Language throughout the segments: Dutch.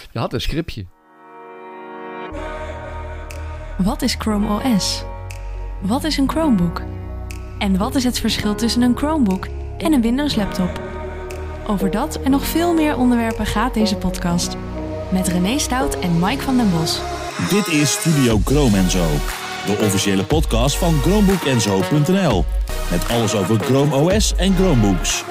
Je had een scriptje. Wat is Chrome OS? Wat is een Chromebook? En wat is het verschil tussen een Chromebook en een Windows laptop? Over dat en nog veel meer onderwerpen gaat deze podcast. Met René Stout en Mike van den Bos. Dit is Studio Chrome & Zo. De officiële podcast van chromebookenzo.nl. Met alles over Chrome OS en Chromebooks.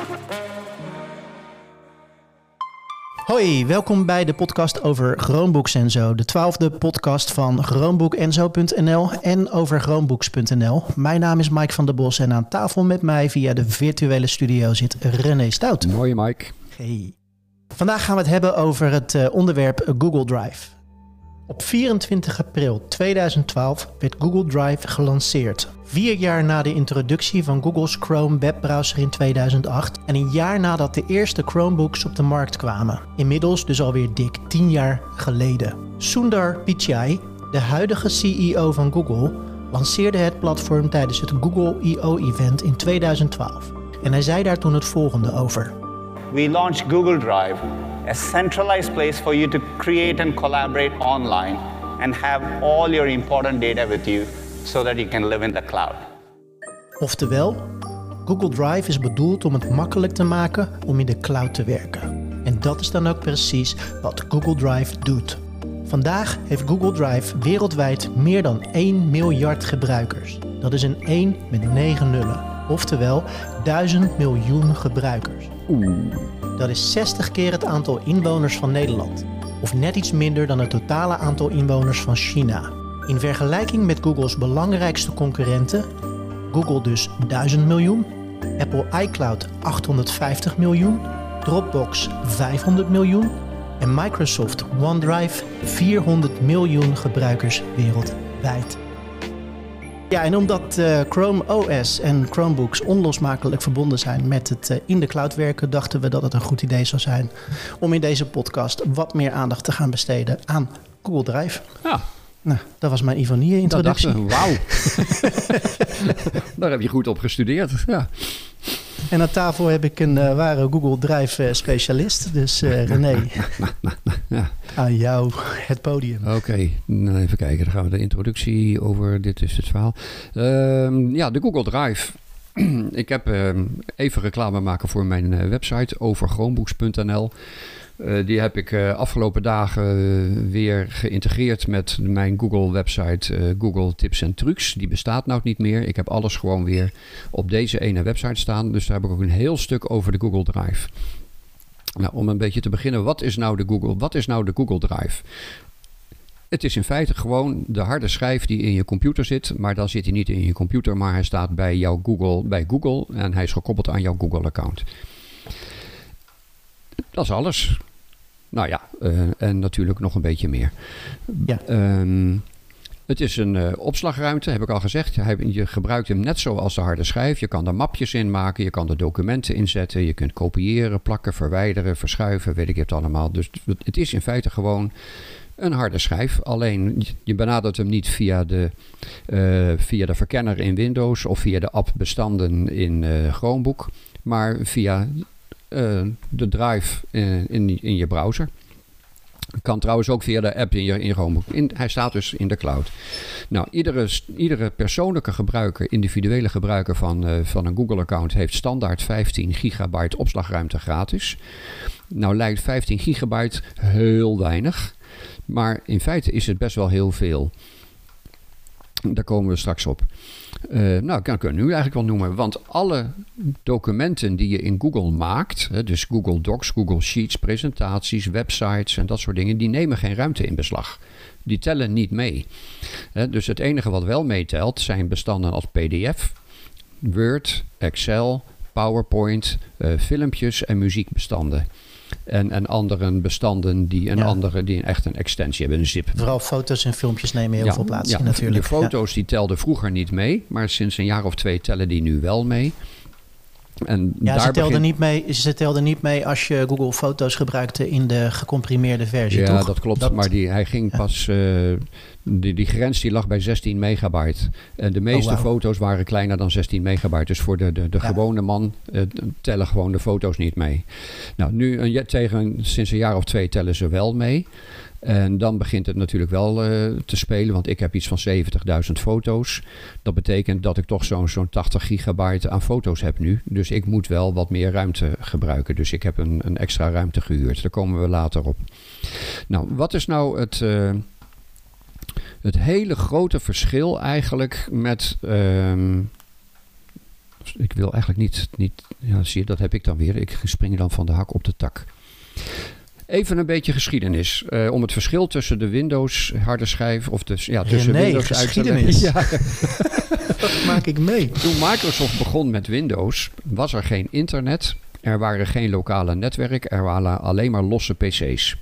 Hoi, welkom bij de podcast over Chromebooks en zo. De 12e podcast van chromebookenzo.nl en over chromebooks.nl. Mijn naam is Mike van den Bos en aan tafel met mij via de virtuele studio zit René Stout. Mooie Mike. Hey. Vandaag gaan we het hebben over het onderwerp Google Drive. Op 24 april 2012 werd Google Drive gelanceerd. 4 jaar na de introductie van Google's Chrome webbrowser in 2008 en een jaar nadat de eerste Chromebooks op de markt kwamen. Inmiddels dus alweer dik 10 jaar geleden. Sundar Pichai, de huidige CEO van Google, lanceerde het platform tijdens het Google I/O-event in 2012. En hij zei daar toen het volgende over. We launched Google Drive, a centralized place for you to create and collaborate online and have all your important data with you so that you can live in the cloud. Oftewel, Google Drive is bedoeld om het makkelijk te maken om in de cloud te werken. En dat is dan ook precies wat Google Drive doet. Vandaag heeft Google Drive wereldwijd meer dan 1 miljard gebruikers. Dat is een 1 met 9 nullen. Oftewel 1000 miljoen gebruikers. Dat is 60 keer het aantal inwoners van Nederland. Of net iets minder dan het totale aantal inwoners van China. In vergelijking met Google's belangrijkste concurrenten, Google dus 1000 miljoen, Apple iCloud 850 miljoen, Dropbox 500 miljoen en Microsoft OneDrive 400 miljoen gebruikers wereldwijd. Ja, en omdat Chrome OS en Chromebooks onlosmakelijk verbonden zijn met het in de cloud werken, dachten we dat het een goed idee zou zijn om in deze podcast wat meer aandacht te gaan besteden aan Google Drive. Ja. Nou, dat was mijn Ivonie-introductie. Wauw. Daar heb je goed op gestudeerd. Ja. En aan tafel heb ik een ware Google Drive-specialist. Dus René, Ja. aan jou het podium. Oké, nou even kijken. Dan gaan we de introductie over. Dit is het verhaal. De Google Drive. Ik heb even reclame maken voor mijn website over chromebooks.nl. Die heb ik afgelopen dagen weer geïntegreerd met mijn Google-website Google Tips en Trucs. Die bestaat nou niet meer. Ik heb alles gewoon weer op deze ene website staan. Dus daar heb ik ook een heel stuk over de Google Drive. Nou, om een beetje te beginnen, wat is nou de Google Drive? Het is in feite gewoon de harde schijf die in je computer zit. Maar dan zit hij niet in je computer, maar hij staat bij Google en hij is gekoppeld aan jouw Google-account. Dat is alles. Nou ja, en natuurlijk nog een beetje meer. Ja. Het is een opslagruimte, heb ik al gezegd. Je gebruikt hem net zoals de harde schijf. Je kan er mapjes in maken, je kan er documenten in zetten. Je kunt kopiëren, plakken, verwijderen, verschuiven, weet ik het allemaal. Dus het is in feite gewoon een harde schijf. Alleen je benadert hem niet via de verkenner in Windows of via de app-bestanden in Chromebook, maar via de drive in je browser. Kan trouwens ook via de app in je Chromebook. Hij staat dus in de cloud. Nou, iedere persoonlijke gebruiker, individuele gebruiker van een Google-account heeft standaard 15 gigabyte opslagruimte gratis. Nou lijkt 15 gigabyte heel weinig, maar in feite is het best wel heel veel. Daar komen we straks op. Dat kan ik nu eigenlijk wel noemen. Want alle documenten die je in Google maakt, dus Google Docs, Google Sheets, presentaties, websites en dat soort dingen, die nemen geen ruimte in beslag. Die tellen niet mee. Dus het enige wat wel meetelt zijn bestanden als PDF, Word, Excel, PowerPoint, filmpjes en muziekbestanden. En andere bestanden die echt een extensie hebben, een zip. Vooral foto's en filmpjes nemen heel veel plaats in natuurlijk. De foto's die telden vroeger niet mee, maar sinds een jaar of 2 tellen die nu wel mee. En ze telden niet mee als je Google Foto's gebruikte in de gecomprimeerde versie, ja, toch? dat klopt. Maar hij ging pas Die grens die lag bij 16 megabyte. En de meeste foto's waren kleiner dan 16 megabyte. Dus voor de gewone man tellen gewoon de foto's niet mee. Nou, nu sinds een jaar of 2 tellen ze wel mee. En dan begint het natuurlijk wel te spelen, want ik heb iets van 70.000 foto's. Dat betekent dat ik toch zo'n 80 gigabyte aan foto's heb nu. Dus ik moet wel wat meer ruimte gebruiken. Dus ik heb een extra ruimte gehuurd. Daar komen we later op. Nou, wat is nou het hele grote verschil eigenlijk met... ik wil eigenlijk niet... Ja, zie je, dat heb ik dan weer. Ik spring dan van de hak op de tak. Even een beetje geschiedenis. Om het verschil tussen de Windows harde schijf... of tussen Windows geschiedenis. Ja. Dat maak ik mee. Toen Microsoft begon met Windows... was er geen internet. Er waren geen lokale netwerken. Er waren alleen maar losse PC's.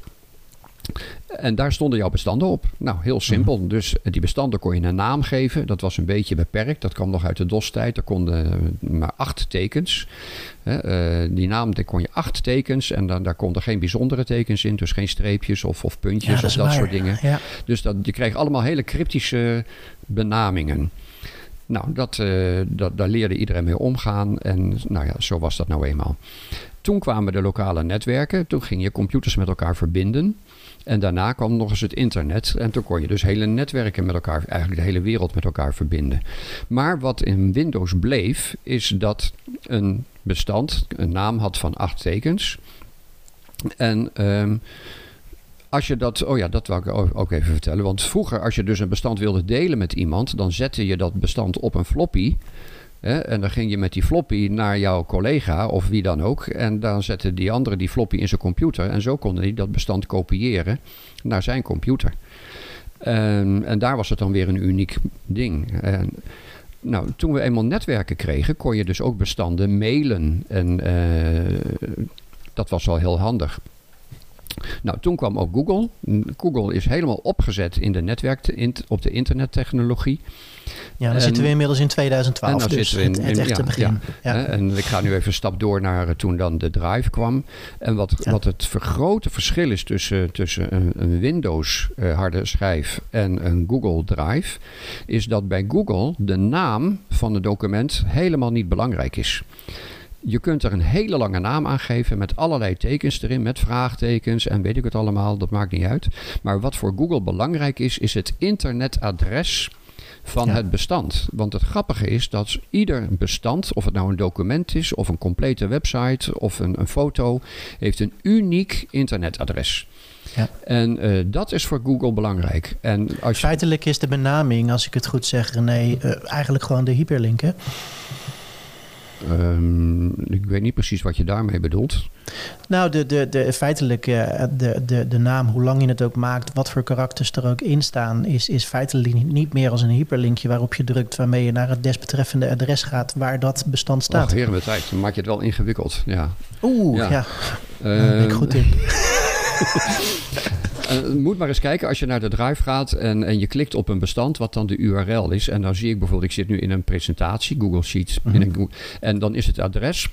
En daar stonden jouw bestanden op. Nou, heel simpel. Dus die bestanden kon je een naam geven. Dat was een beetje beperkt. Dat kwam nog uit de DOS-tijd. Er konden maar 8 tekens. Die naam, daar kon je 8 tekens. En daar konden geen bijzondere tekens in. Dus geen streepjes of puntjes of dat soort dingen. Ja. Dus je kreeg allemaal hele cryptische benamingen. Nou, daar leerde iedereen mee omgaan. En nou ja, zo was dat nou eenmaal. Toen kwamen de lokale netwerken. Toen ging je computers met elkaar verbinden. En daarna kwam nog eens het internet. En toen kon je dus hele netwerken met elkaar, eigenlijk de hele wereld met elkaar verbinden. Maar wat in Windows bleef, is dat een bestand een naam had van 8 tekens. En als je dat... Oh ja, dat wou ik ook even vertellen. Want vroeger, als je dus een bestand wilde delen met iemand, dan zette je dat bestand op een floppy. En dan ging je met die floppy naar jouw collega of wie dan ook. En dan zette die andere die floppy in zijn computer. En zo kon hij dat bestand kopiëren naar zijn computer. En daar was het dan weer een uniek ding. Nou, toen we eenmaal netwerken kregen, kon je dus ook bestanden mailen. En dat was wel heel handig. Nou, toen kwam ook Google. Google is helemaal opgezet in de op de internettechnologie. Ja, dan zitten we inmiddels in 2012, dus het echte begin. Ja. En ik ga nu even een stap door naar toen dan de Drive kwam. En wat het grote verschil is tussen een Windows harde schijf en een Google Drive, is dat bij Google de naam van het document helemaal niet belangrijk is. Je kunt er een hele lange naam aan geven met allerlei tekens erin, met vraagtekens en weet ik het allemaal, dat maakt niet uit. Maar wat voor Google belangrijk is het internetadres van het bestand. Want het grappige is dat ieder bestand, of het nou een document is, of een complete website, of een foto, heeft een uniek internetadres. Ja. En dat is voor Google belangrijk. En feitelijk is de benaming, als ik het goed zeg, René, eigenlijk gewoon de hyperlink, hè? Ik weet niet precies wat je daarmee bedoelt. Nou, feitelijk de naam, hoe lang je het ook maakt, wat voor karakters er ook in staan, is feitelijk niet meer als een hyperlinkje waarop je drukt, waarmee je naar het desbetreffende adres gaat waar dat bestand staat. Ach, heer met tijd, dan maak je het wel ingewikkeld. Ja. Daar ben ik goed in. Moet maar eens kijken als je naar de Drive gaat en je klikt op een bestand wat dan de URL is. En dan zie ik bijvoorbeeld, ik zit nu in een presentatie, Google Sheets. En dan is het adres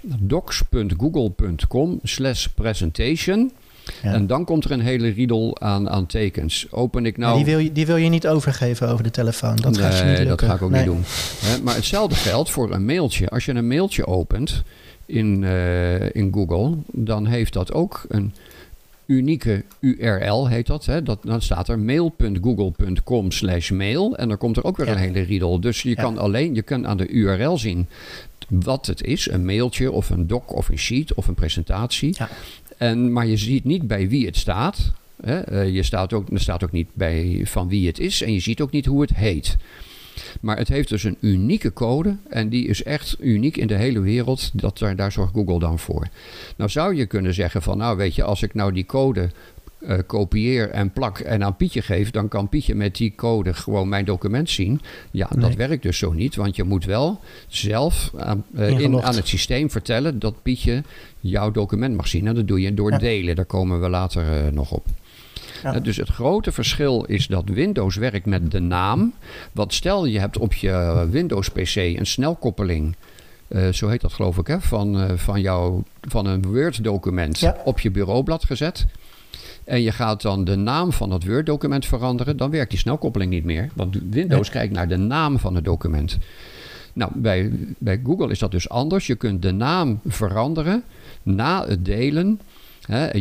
docs.google.com/presentation. Ja. En dan komt er een hele riedel aan tekens. Open ik nou... Die wil je niet overgeven over de telefoon. Dat gaat je niet lukken. Dat ga ik ook niet doen. Maar hetzelfde geldt voor een mailtje. Als je een mailtje opent in Google, dan heeft dat ook een unieke URL, heet dat. Hè? Dan staat er mail.google.com/mail en dan komt er ook weer een hele riedel. Dus je kan aan de URL zien wat het is. Een mailtje of een doc of een sheet of een presentatie. Ja. Maar je ziet niet bij wie het staat. Hè? Er staat ook niet bij van wie het is en je ziet ook niet hoe het heet. Maar het heeft dus een unieke code en die is echt uniek in de hele wereld. Daar zorgt Google dan voor. Nou zou je kunnen zeggen van, nou weet je, als ik nou die code kopieer en plak en aan Pietje geef, dan kan Pietje met die code gewoon mijn document zien. Ja, dat werkt dus zo niet, want je moet wel zelf aan het systeem vertellen dat Pietje jouw document mag zien. En dat doe je door delen, daar komen we later nog op. Ja. Dus het grote verschil is dat Windows werkt met de naam. Want stel je hebt op je Windows PC een snelkoppeling, zo heet dat geloof ik, hè, van een Word document op je bureaublad gezet. en je gaat dan de naam van het Word-document veranderen, dan werkt die snelkoppeling niet meer. Want Windows kijkt naar de naam van het document. Nou, bij Google is dat dus anders. Je kunt de naam veranderen na het delen. En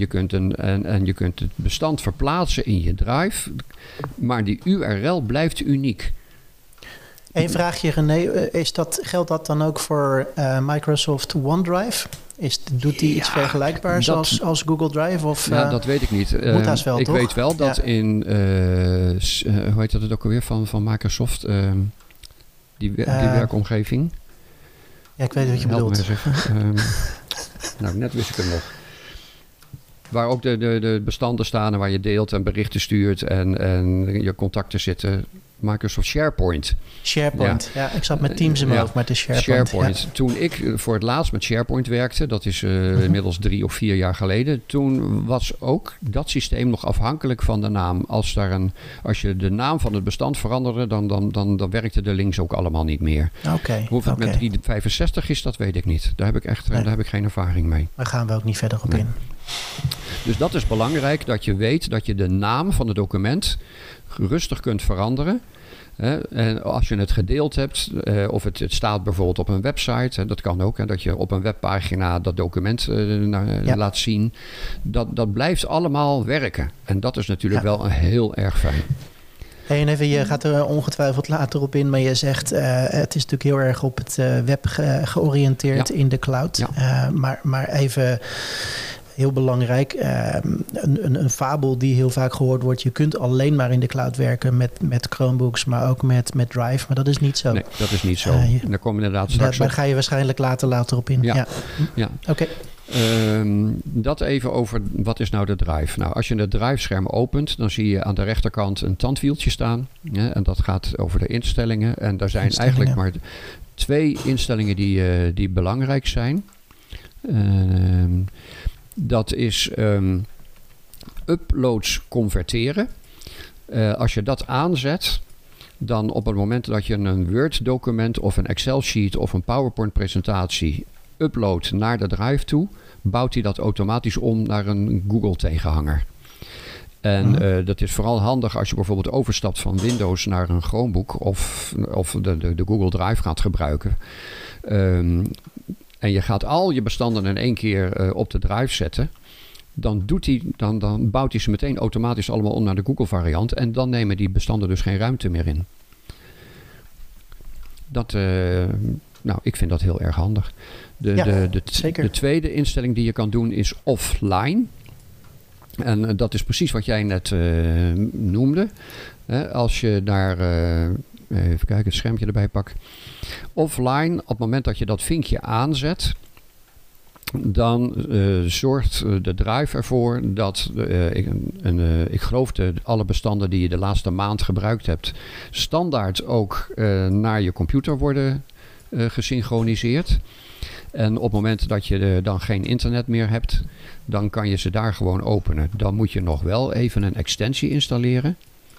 je kunt het bestand verplaatsen in je drive. Maar die URL blijft uniek. Eén vraagje, René. Geldt dat dan ook voor Microsoft OneDrive? Doet die iets vergelijkbaars als Google Drive? Of, dat weet ik niet. Moet haast wel, ik toch? weet wel dat in... hoe heet dat het ook alweer van Microsoft? Die werkomgeving. Ja, ik weet wat je bedoelt. Nou, net wist ik het nog. Waar ook de bestanden staan en waar je deelt en berichten stuurt en je contacten zitten. Microsoft SharePoint. SharePoint, ja. Ik zat met Teams in mijn hoofd, maar het is SharePoint. Ja. Toen ik voor het laatst met SharePoint werkte, dat is inmiddels 3 of 4 jaar geleden, toen was ook dat systeem nog afhankelijk van de naam. Als je de naam van het bestand veranderde, dan werkten de links ook allemaal niet meer. Hoe het met 365 is, dat weet ik niet. Daar heb ik geen ervaring mee. Daar gaan we ook niet verder op in. Dus dat is belangrijk, dat je weet dat je de naam van het document rustig kunt veranderen. En als je het gedeeld hebt, of het staat bijvoorbeeld op een website, dat kan ook, dat je op een webpagina dat document laat zien. Dat blijft allemaal werken. En dat is natuurlijk wel heel erg fijn. Hey, en even, je gaat er ongetwijfeld later op in, maar je zegt het is natuurlijk heel erg op het web georiënteerd in de cloud. Ja. Maar even... Heel belangrijk, een fabel die heel vaak gehoord wordt. Je kunt alleen maar in de cloud werken met Chromebooks, maar ook met Drive. Maar dat is niet zo. Nee, dat is niet zo. Daar komen we inderdaad straks daar ga je waarschijnlijk later op in. Ja. Oké. Dat even over wat is nou de Drive. Nou, als je het Drive-scherm opent, dan zie je aan de rechterkant een tandwieltje staan. En dat gaat over de instellingen. En daar zijn eigenlijk maar 2 instellingen die belangrijk zijn. Dat is uploads converteren. Als je dat aanzet, dan op het moment dat je een Word-document of een Excel-sheet of een PowerPoint-presentatie uploadt naar de Drive toe, bouwt hij dat automatisch om naar een Google-tegenhanger. En dat is vooral handig als je bijvoorbeeld overstapt van Windows naar een Chromebook of de Google Drive gaat gebruiken. En je gaat al je bestanden in één keer op de drive zetten. Dan bouwt hij ze meteen automatisch allemaal om naar de Google variant. En dan nemen die bestanden dus geen ruimte meer in. Ik vind dat heel erg handig. De tweede instelling die je kan doen is offline. En dat is precies wat jij net noemde. Als je daar... even kijken, het schermpje erbij pak. Offline, op het moment dat je dat vinkje aanzet, dan zorgt de drive ervoor dat ik geloof alle bestanden die je de laatste maand gebruikt hebt, standaard ook naar je computer worden gesynchroniseerd. En op het moment dat je dan geen internet meer hebt, dan kan je ze daar gewoon openen. Dan moet je nog wel even een extensie installeren.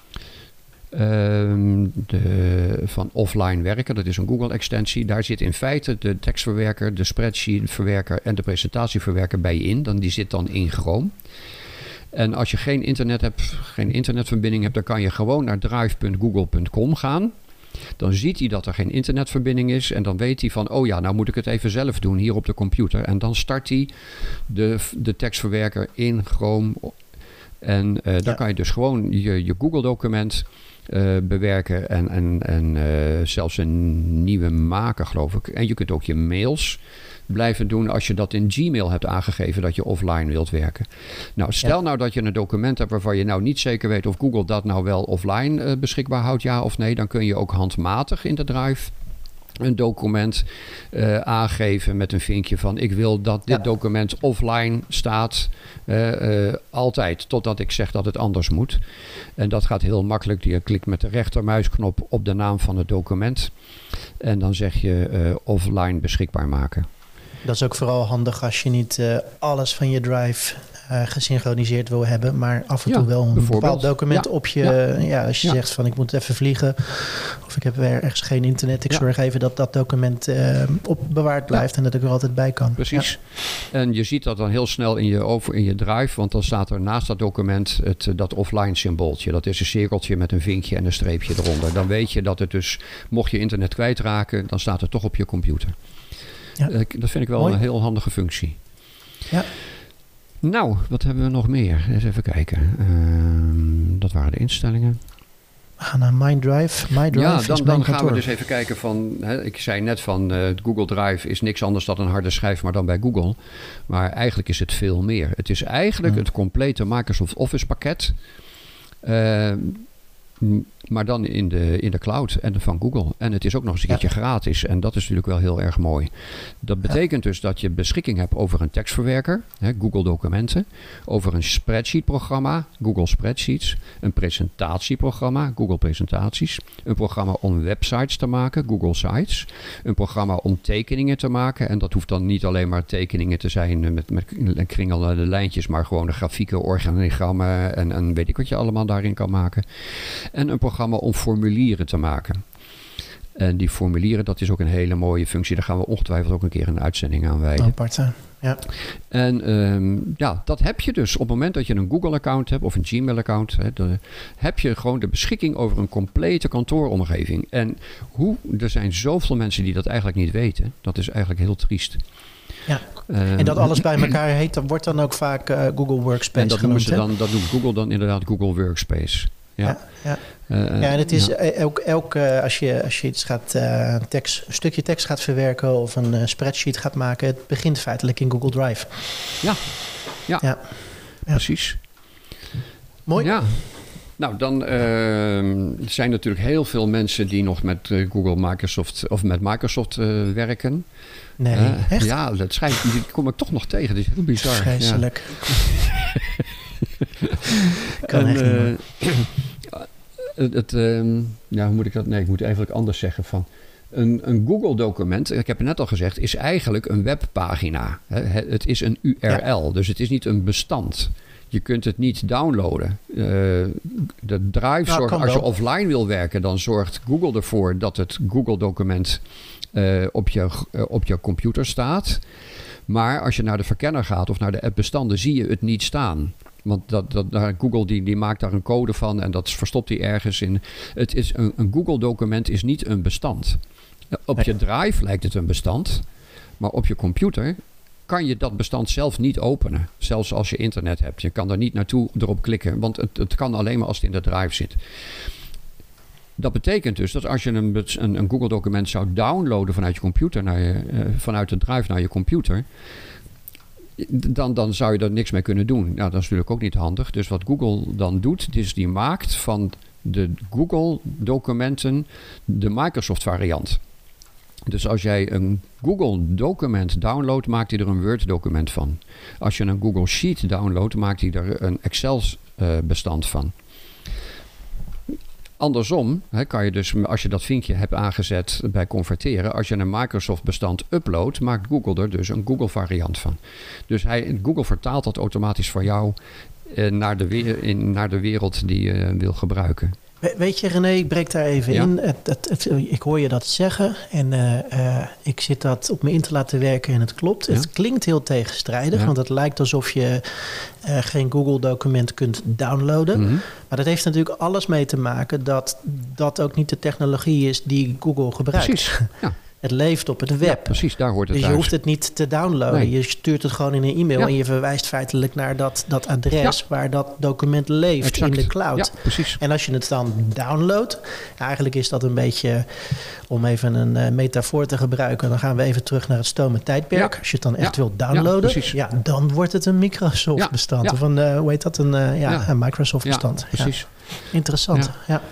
Van offline werken, dat is een Google-extensie. Daar zit in feite de tekstverwerker, de spreadsheet-verwerker en de presentatieverwerker bij in. Die zit dan in Chrome. En als je geen internetverbinding hebt, dan kan je gewoon naar drive.google.com gaan. Dan ziet hij dat er geen internetverbinding is. En dan weet hij van, nou moet ik het even zelf doen hier op de computer. En dan start hij de tekstverwerker in Chrome. En dan kan je dus gewoon je Google-document bewerken en zelfs een nieuwe maken, geloof ik. En je kunt ook je mails blijven doen als je dat in Gmail hebt aangegeven dat je offline wilt werken. Nou, stel nou dat je een document hebt waarvan je nou niet zeker weet of Google dat nou wel offline beschikbaar houdt, ja of nee. Dan kun je ook handmatig in de Drive een document aangeven met een vinkje van ik wil dat dit document offline staat altijd, totdat ik zeg dat het anders moet. En dat gaat heel makkelijk. Je klikt met de rechtermuisknop op de naam van het document en dan zeg je offline beschikbaar maken. Dat is ook vooral handig als je niet alles van je Drive gesynchroniseerd wil hebben, maar af en toe wel een bepaald document op je... als je zegt van ik moet even vliegen of ik heb ergens geen internet, ik zorg even dat document bewaard blijft en dat ik er altijd bij kan. Precies. Ja. En je ziet dat dan heel snel in je drive, want dan staat er naast dat document dat offline symbooltje. Dat is een cirkeltje met een vinkje en een streepje eronder. Dan weet je dat het dus, mocht je internet kwijtraken, dan staat het toch op je computer. Ja. Dat vind ik wel een heel handige functie. Ja. Nou, wat hebben we nog meer? Eens even kijken. Dat waren de instellingen. We gaan naar MyDrive. Dan gaan we dus even kijken van... ik zei net van Google Drive is niks anders dan een harde schijf, maar dan bij Google. Maar eigenlijk is het veel meer. Het is eigenlijk het complete Microsoft Office pakket. Maar dan in de cloud en van Google. En het is ook nog eens een keertje gratis. En dat is natuurlijk wel heel erg mooi. Dat betekent dus dat je beschikking hebt over een tekstverwerker, Google Documenten, over een spreadsheet-programma, Google Spreadsheets, een presentatieprogramma, Google Presentaties, een programma om websites te maken, Google Sites, een programma om tekeningen te maken. En dat hoeft dan niet alleen maar tekeningen te zijn met kringelende lijntjes, maar gewoon de grafieken, organigrammen en weet ik wat je allemaal daarin kan maken. En een programma om formulieren te maken. En die formulieren, dat is ook een hele mooie functie. Daar gaan we ongetwijfeld ook een keer een uitzending aan wijden. Apart, ja. En dat heb je dus. Op het moment dat je een Google-account hebt of een Gmail-account, heb je gewoon de beschikking over een complete kantooromgeving. En er zijn zoveel mensen die dat eigenlijk niet weten. Dat is eigenlijk heel triest. Ja. En dat alles bij elkaar heet, dat wordt dan ook vaak Google Workspace en dat genoemd. Dat noemt Google dan inderdaad Google Workspace. Ja. En het is als je iets gaat een stukje tekst gaat verwerken of een spreadsheet gaat maken, het begint feitelijk in Google Drive. Ja. Precies. Mooi. Ja. Nou, dan zijn natuurlijk heel veel mensen die nog met Microsoft werken. Nee, echt? Ja, dat schijnt. Die kom ik toch nog tegen. Dat is heel bizar. Vreselijk. Kan echt niet. Hoe moet ik dat? Nee, ik moet eigenlijk anders zeggen. Van een Google-document, ik heb het net al gezegd, is eigenlijk een webpagina. Het is een URL, dus het is niet een bestand. Je kunt het niet downloaden. De drive zorgt, als je offline wil werken, dan zorgt Google ervoor dat het Google-document op je computer staat. Maar als je naar de verkenner gaat of naar de appbestanden, zie je het niet staan. Want Google die maakt daar een code van en dat verstopt hij ergens in. Het is een Google-document is niet een bestand. Op je drive lijkt het een bestand, maar op je computer kan je dat bestand zelf niet openen. Zelfs als je internet hebt. Je kan er niet naartoe erop klikken, want het kan alleen maar als het in de drive zit. Dat betekent dus dat als je een Google-document zou downloaden vanuit je computer vanuit de drive naar je computer, dan zou je er niks mee kunnen doen. Nou, dat is natuurlijk ook niet handig. Dus wat Google dan doet, is die maakt van de Google-documenten de Microsoft-variant. Dus als jij een Google-document downloadt, maakt hij er een Word-document van. Als je een Google Sheet downloadt, maakt hij er een Excel-bestand van. Andersom kan je dus, als je dat vinkje hebt aangezet bij converteren, als je een Microsoft-bestand uploadt, maakt Google er dus een Google-variant van. Dus Google vertaalt dat automatisch voor jou naar de wereld die je wil gebruiken. Weet je, René, ik breek daar even in. Ik hoor je dat zeggen en ik zit dat op me in te laten werken en het klopt. Ja. Het klinkt heel tegenstrijdig, want het lijkt alsof je geen Google-document kunt downloaden. Mm-hmm. Maar dat heeft natuurlijk alles mee te maken dat ook niet de technologie is die Google gebruikt. Precies, ja. Het leeft op het web. Ja, precies, daar hoort het dus thuis. Je hoeft het niet te downloaden. Nee. Je stuurt het gewoon in een e-mail en je verwijst feitelijk naar dat adres waar dat document leeft in de cloud. Ja, precies. En als je het dan downloadt, eigenlijk is dat een beetje, om even een metafoor te gebruiken, dan gaan we even terug naar het stomen tijdperk. Ja. Als je het dan echt wilt downloaden, dan wordt het een Microsoft bestand. Ja. Of een Microsoft bestand. Ja, precies. Ja. Interessant, ja.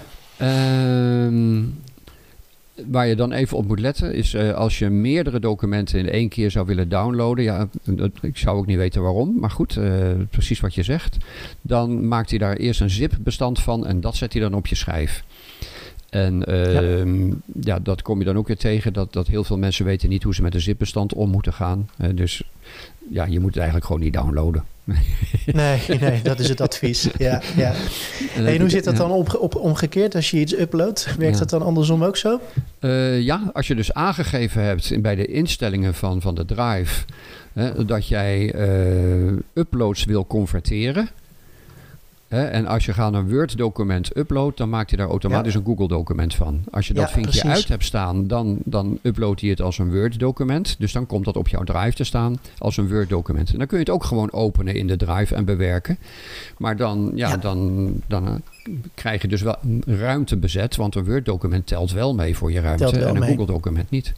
Waar je dan even op moet letten is als je meerdere documenten in één keer zou willen downloaden. Ja, ik zou ook niet weten waarom, maar goed, precies wat je zegt. Dan maakt hij daar eerst een zip-bestand van en dat zet hij dan op je schijf. En dat kom je dan ook weer tegen, dat heel veel mensen weten niet hoe ze met een zip-bestand om moeten gaan. Dus ja, je moet het eigenlijk gewoon niet downloaden. Nee, dat is het advies. Ja. En hoe zit dat dan omgekeerd als je iets uploadt? Werkt dat dan andersom ook zo? Ja, als je dus aangegeven hebt bij de instellingen van de drive dat jij uploads wil converteren. En als je gaan een Word-document uploadt, dan maakt hij daar automatisch een Google-document van. Als je dat vinkje uit hebt staan, dan uploadt hij het als een Word-document. Dus dan komt dat op jouw drive te staan als een Word-document. En dan kun je het ook gewoon openen in de drive en bewerken. Maar dan krijg je dus wel ruimte bezet, want een Word-document telt wel mee voor je ruimte en een Google-document niet.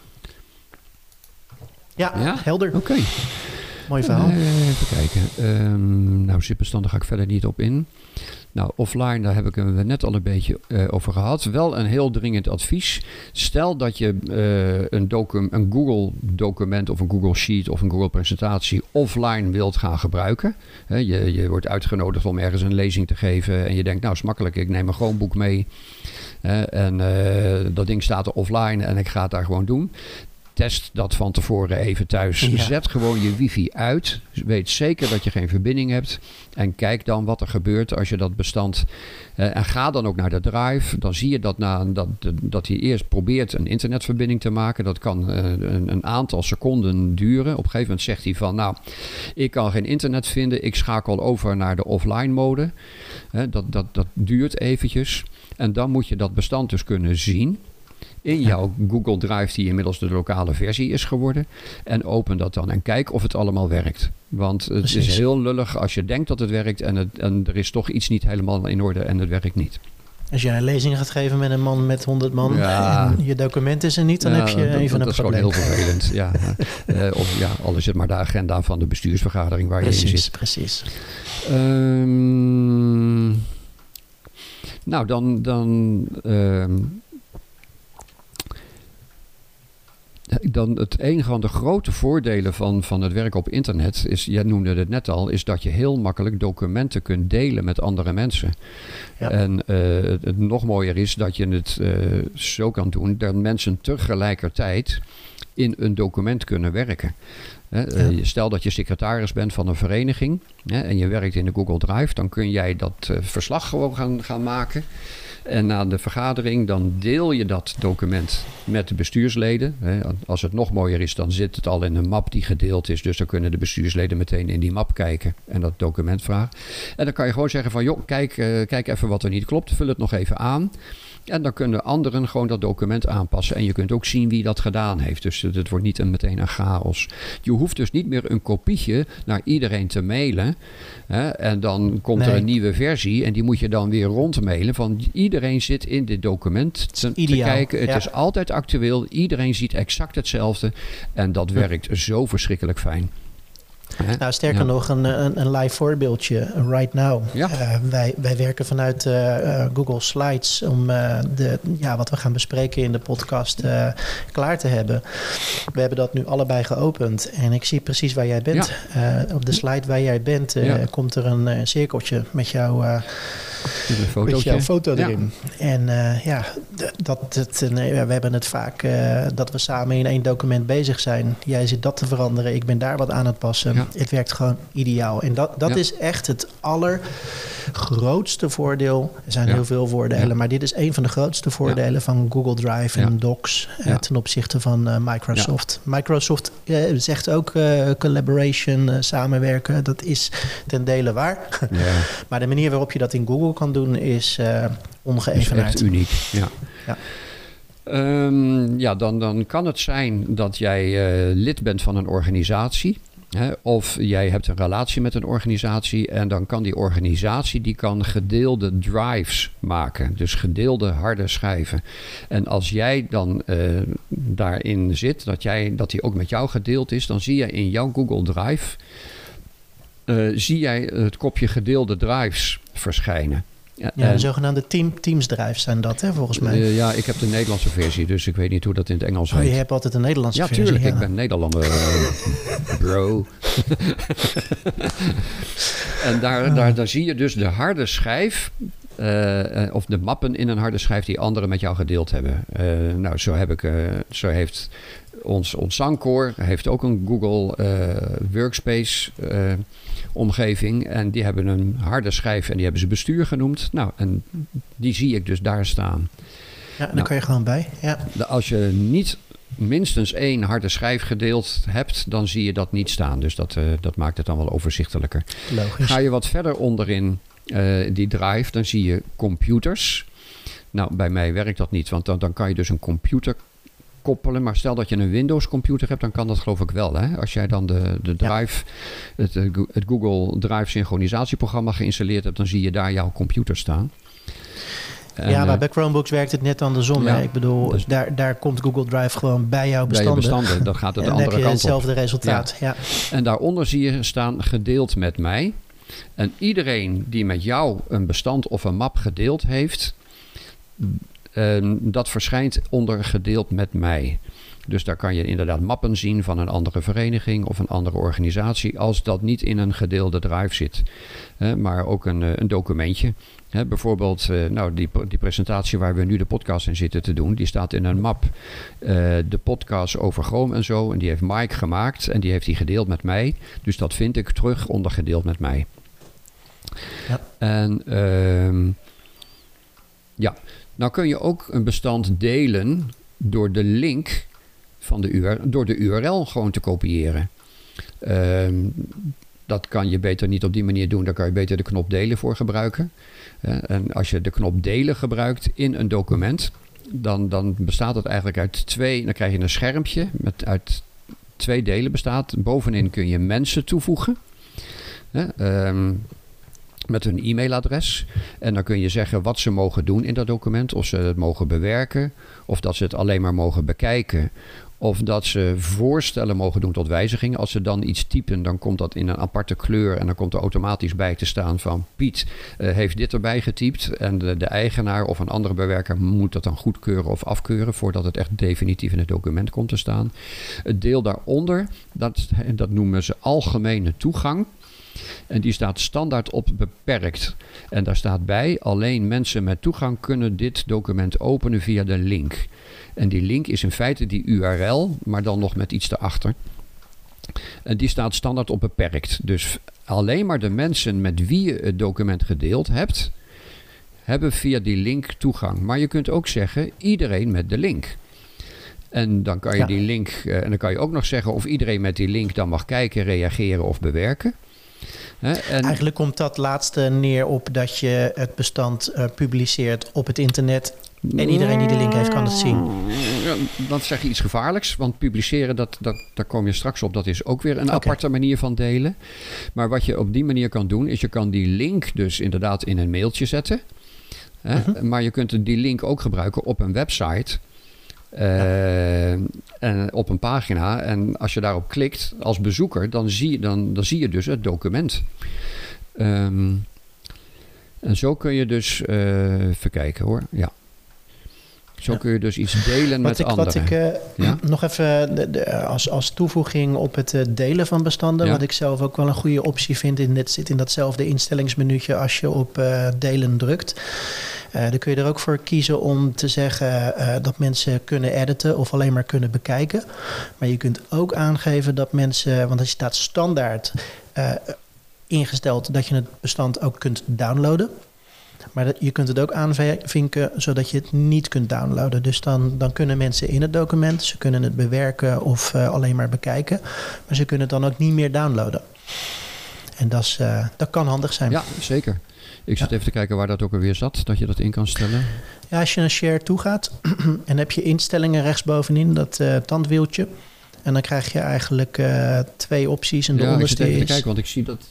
Ja, helder. Oké. Mooi verhaal. Even kijken. zipbestand, daar ga ik verder niet op in. Nou, offline, daar heb ik het net al een beetje over gehad. Wel een heel dringend advies. Stel dat je een Google-document of een Google Sheet of een Google-presentatie offline wilt gaan gebruiken. Je wordt uitgenodigd om ergens een lezing te geven en je denkt, nou, is makkelijk, ik neem een Chromebook mee. En dat ding staat er offline en ik ga het daar gewoon doen. Test dat van tevoren even thuis. Ja. Zet gewoon je wifi uit. Weet zeker dat je geen verbinding hebt. En kijk dan wat er gebeurt als je dat bestand... en ga dan ook naar de drive. Dan zie je dat hij eerst probeert een internetverbinding te maken. Dat kan een aantal seconden duren. Op een gegeven moment zegt hij van... nou, ik kan geen internet vinden. Ik schakel over naar de offline mode. Dat duurt eventjes. En dan moet je dat bestand dus kunnen zien... in jouw Google Drive, die inmiddels de lokale versie is geworden. En open dat dan en kijk of het allemaal werkt. Want het is heel lullig als je denkt dat het werkt... en er is toch iets niet helemaal in orde en het werkt niet. Als je een lezing gaat geven met een man met 100 man... en je document is er niet, dan heb je even een probleem. Dat is gewoon heel vervelend. Al is het maar de agenda van de bestuursvergadering waar je in zit. Precies. Dan het een van de grote voordelen van het werk op internet is, jij noemde het net al, is dat je heel makkelijk documenten kunt delen met andere mensen. Ja. En het nog mooier is dat je het zo kan doen dat mensen tegelijkertijd in een document kunnen werken. Stel dat je secretaris bent van een vereniging en je werkt in de Google Drive, dan kun jij dat verslag gewoon gaan maken. En na de vergadering dan deel je dat document met de bestuursleden. Als het nog mooier is, dan zit het al in een map die gedeeld is. Dus dan kunnen de bestuursleden meteen in die map kijken en dat document vragen. En dan kan je gewoon zeggen van, joh, kijk even wat er niet klopt. Vul het nog even aan. En dan kunnen anderen gewoon dat document aanpassen. En je kunt ook zien wie dat gedaan heeft. Dus het wordt niet meteen een chaos. Je hoeft dus niet meer een kopietje naar iedereen te mailen. En dan komt er een nieuwe versie. En die moet je dan weer rondmailen. Van iedereen zit in dit document te kijken. Het is altijd actueel. Iedereen ziet exact hetzelfde. En dat werkt zo verschrikkelijk fijn. Nou, sterker nog, een live voorbeeldje, right now. Ja. Wij werken vanuit Google Slides om wat we gaan bespreken in de podcast klaar te hebben. We hebben dat nu allebei geopend en ik zie precies waar jij bent. Ja. Op de slide waar jij bent komt er een cirkeltje met jouw foto erin. Ja. En we hebben het vaak dat we samen in één document bezig zijn. Jij zit dat te veranderen, ik ben daar wat aan het passen. Ja. Het werkt gewoon ideaal. En dat is echt het allergrootste voordeel. Er zijn heel veel voordelen, maar dit is een van de grootste voordelen van Google Drive en Docs ten opzichte van Microsoft. Ja. Microsoft zegt ook collaboration, samenwerken. Dat is ten dele waar. Ja. Maar de manier waarop je dat in Google kan doen is ongeëvenaard. Is echt uniek, dan kan het zijn dat jij lid bent van een organisatie. Of jij hebt een relatie met een organisatie en dan kan die organisatie gedeelde drives maken. Dus gedeelde harde schijven. En als jij dan daarin zit, dat die ook met jou gedeeld is, dan zie je in jouw Google Drive zie jij het kopje gedeelde drives verschijnen. Ja, de zogenaamde Teams drives zijn dat, hè, volgens mij. Ik heb de Nederlandse versie, dus ik weet niet hoe dat in het Engels heet. Je hebt altijd een Nederlandse versie. Tuurlijk, ik ben Nederlander, bro. En daar zie je dus de harde schijf, of de mappen in een harde schijf die anderen met jou gedeeld hebben. Zo heeft ons zangkoor heeft ook een Google Workspace omgeving. En die hebben een harde schijf en die hebben ze bestuur genoemd. Nou, en die zie ik dus daar staan. Ja, daar kan je gewoon bij. Ja. Als je niet minstens 1 harde schijf gedeeld hebt, dan zie je dat niet staan. Dus dat maakt het dan wel overzichtelijker. Logisch. Ga je wat verder onderin die drive, dan zie je computers. Nou, bij mij werkt dat niet, want dan kan je dus een computer koppelen. Maar stel dat je een Windows computer hebt, dan kan dat geloof ik wel. Hè? Als jij dan de drive, het Google Drive synchronisatieprogramma geïnstalleerd hebt, dan zie je daar jouw computer staan. Ja, maar bij Chromebooks werkt het net andersom. Ja, hè? Ik bedoel, dus daar komt Google Drive gewoon bij jouw bestanden. Dan gaat het de andere kant op. En dan heb je hetzelfde resultaat. Ja. En daaronder zie je staan gedeeld met mij. En iedereen die met jou een bestand of een map gedeeld heeft, dat verschijnt onder gedeeld met mij. Dus daar kan je inderdaad mappen zien van een andere vereniging of een andere organisatie, als dat niet in een gedeelde drive zit. Maar ook een documentje. Bijvoorbeeld die presentatie waar we nu de podcast in zitten te doen, die staat in een map. De podcast over Chrome en zo. En die heeft Mike gemaakt en die heeft die gedeeld met mij. Dus dat vind ik terug onder gedeeld met mij. Ja. En nou kun je ook een bestand delen door de link van door de URL gewoon te kopiëren. Dat kan je beter niet op die manier doen. Daar kan je beter de knop delen voor gebruiken. En als je de knop delen gebruikt in een document, dan bestaat het eigenlijk uit 2. Dan krijg je een schermpje uit 2 delen bestaat. Bovenin kun je mensen toevoegen. Met hun e-mailadres. En dan kun je zeggen wat ze mogen doen in dat document. Of ze het mogen bewerken. Of dat ze het alleen maar mogen bekijken. Of dat ze voorstellen mogen doen tot wijzigingen. Als ze dan iets typen, dan komt dat in een aparte kleur. En dan komt er automatisch bij te staan van Piet heeft dit erbij getypt. En de eigenaar of een andere bewerker moet dat dan goedkeuren of afkeuren, voordat het echt definitief in het document komt te staan. Het deel daaronder, dat noemen ze algemene toegang. En die staat standaard op beperkt. En daar staat bij, alleen mensen met toegang kunnen dit document openen via de link. En die link is in feite die URL, maar dan nog met iets erachter. En die staat standaard op beperkt. Dus alleen maar de mensen met wie je het document gedeeld hebt, hebben via die link toegang. Maar je kunt ook zeggen, iedereen met de link. En dan kan je die link, en dan kan je ook nog zeggen of iedereen met die link dan mag kijken, reageren of bewerken. Eigenlijk komt dat laatste neer op dat je het bestand publiceert op het internet. En iedereen die de link heeft kan het zien. Ja, dan zeg je iets gevaarlijks. Want publiceren, daar kom je straks op. Dat is ook weer een aparte manier van delen. Maar wat je op die manier kan doen, is je kan die link dus inderdaad in een mailtje zetten. Maar je kunt die link ook gebruiken op een website. En op een pagina. En als je daarop klikt als bezoeker, dan zie je dus het document. En zo kun je dus even kijken hoor. Ja. Zo kun je dus iets delen met anderen. Nog even als toevoeging op het delen van bestanden. Ja. Wat ik zelf ook wel een goede optie vind. Het zit in datzelfde instellingsmenuutje als je op delen drukt. Dan kun je er ook voor kiezen om te zeggen dat mensen kunnen editen of alleen maar kunnen bekijken. Maar je kunt ook aangeven dat mensen, want er staat standaard ingesteld dat je het bestand ook kunt downloaden. Maar je kunt het ook aanvinken zodat je het niet kunt downloaden. Dus dan kunnen mensen in het document, ze kunnen het bewerken of alleen maar bekijken. Maar ze kunnen het dan ook niet meer downloaden. En dat kan handig zijn. Ja, zeker. Ik zit even te kijken waar dat ook alweer zat, dat je dat in kan stellen. Ja, als je naar Share toe gaat en heb je instellingen rechtsbovenin, dat tandwieltje. En dan krijg je eigenlijk 2 opties. En de onderste ik zit even is... te kijken, want ik zie dat...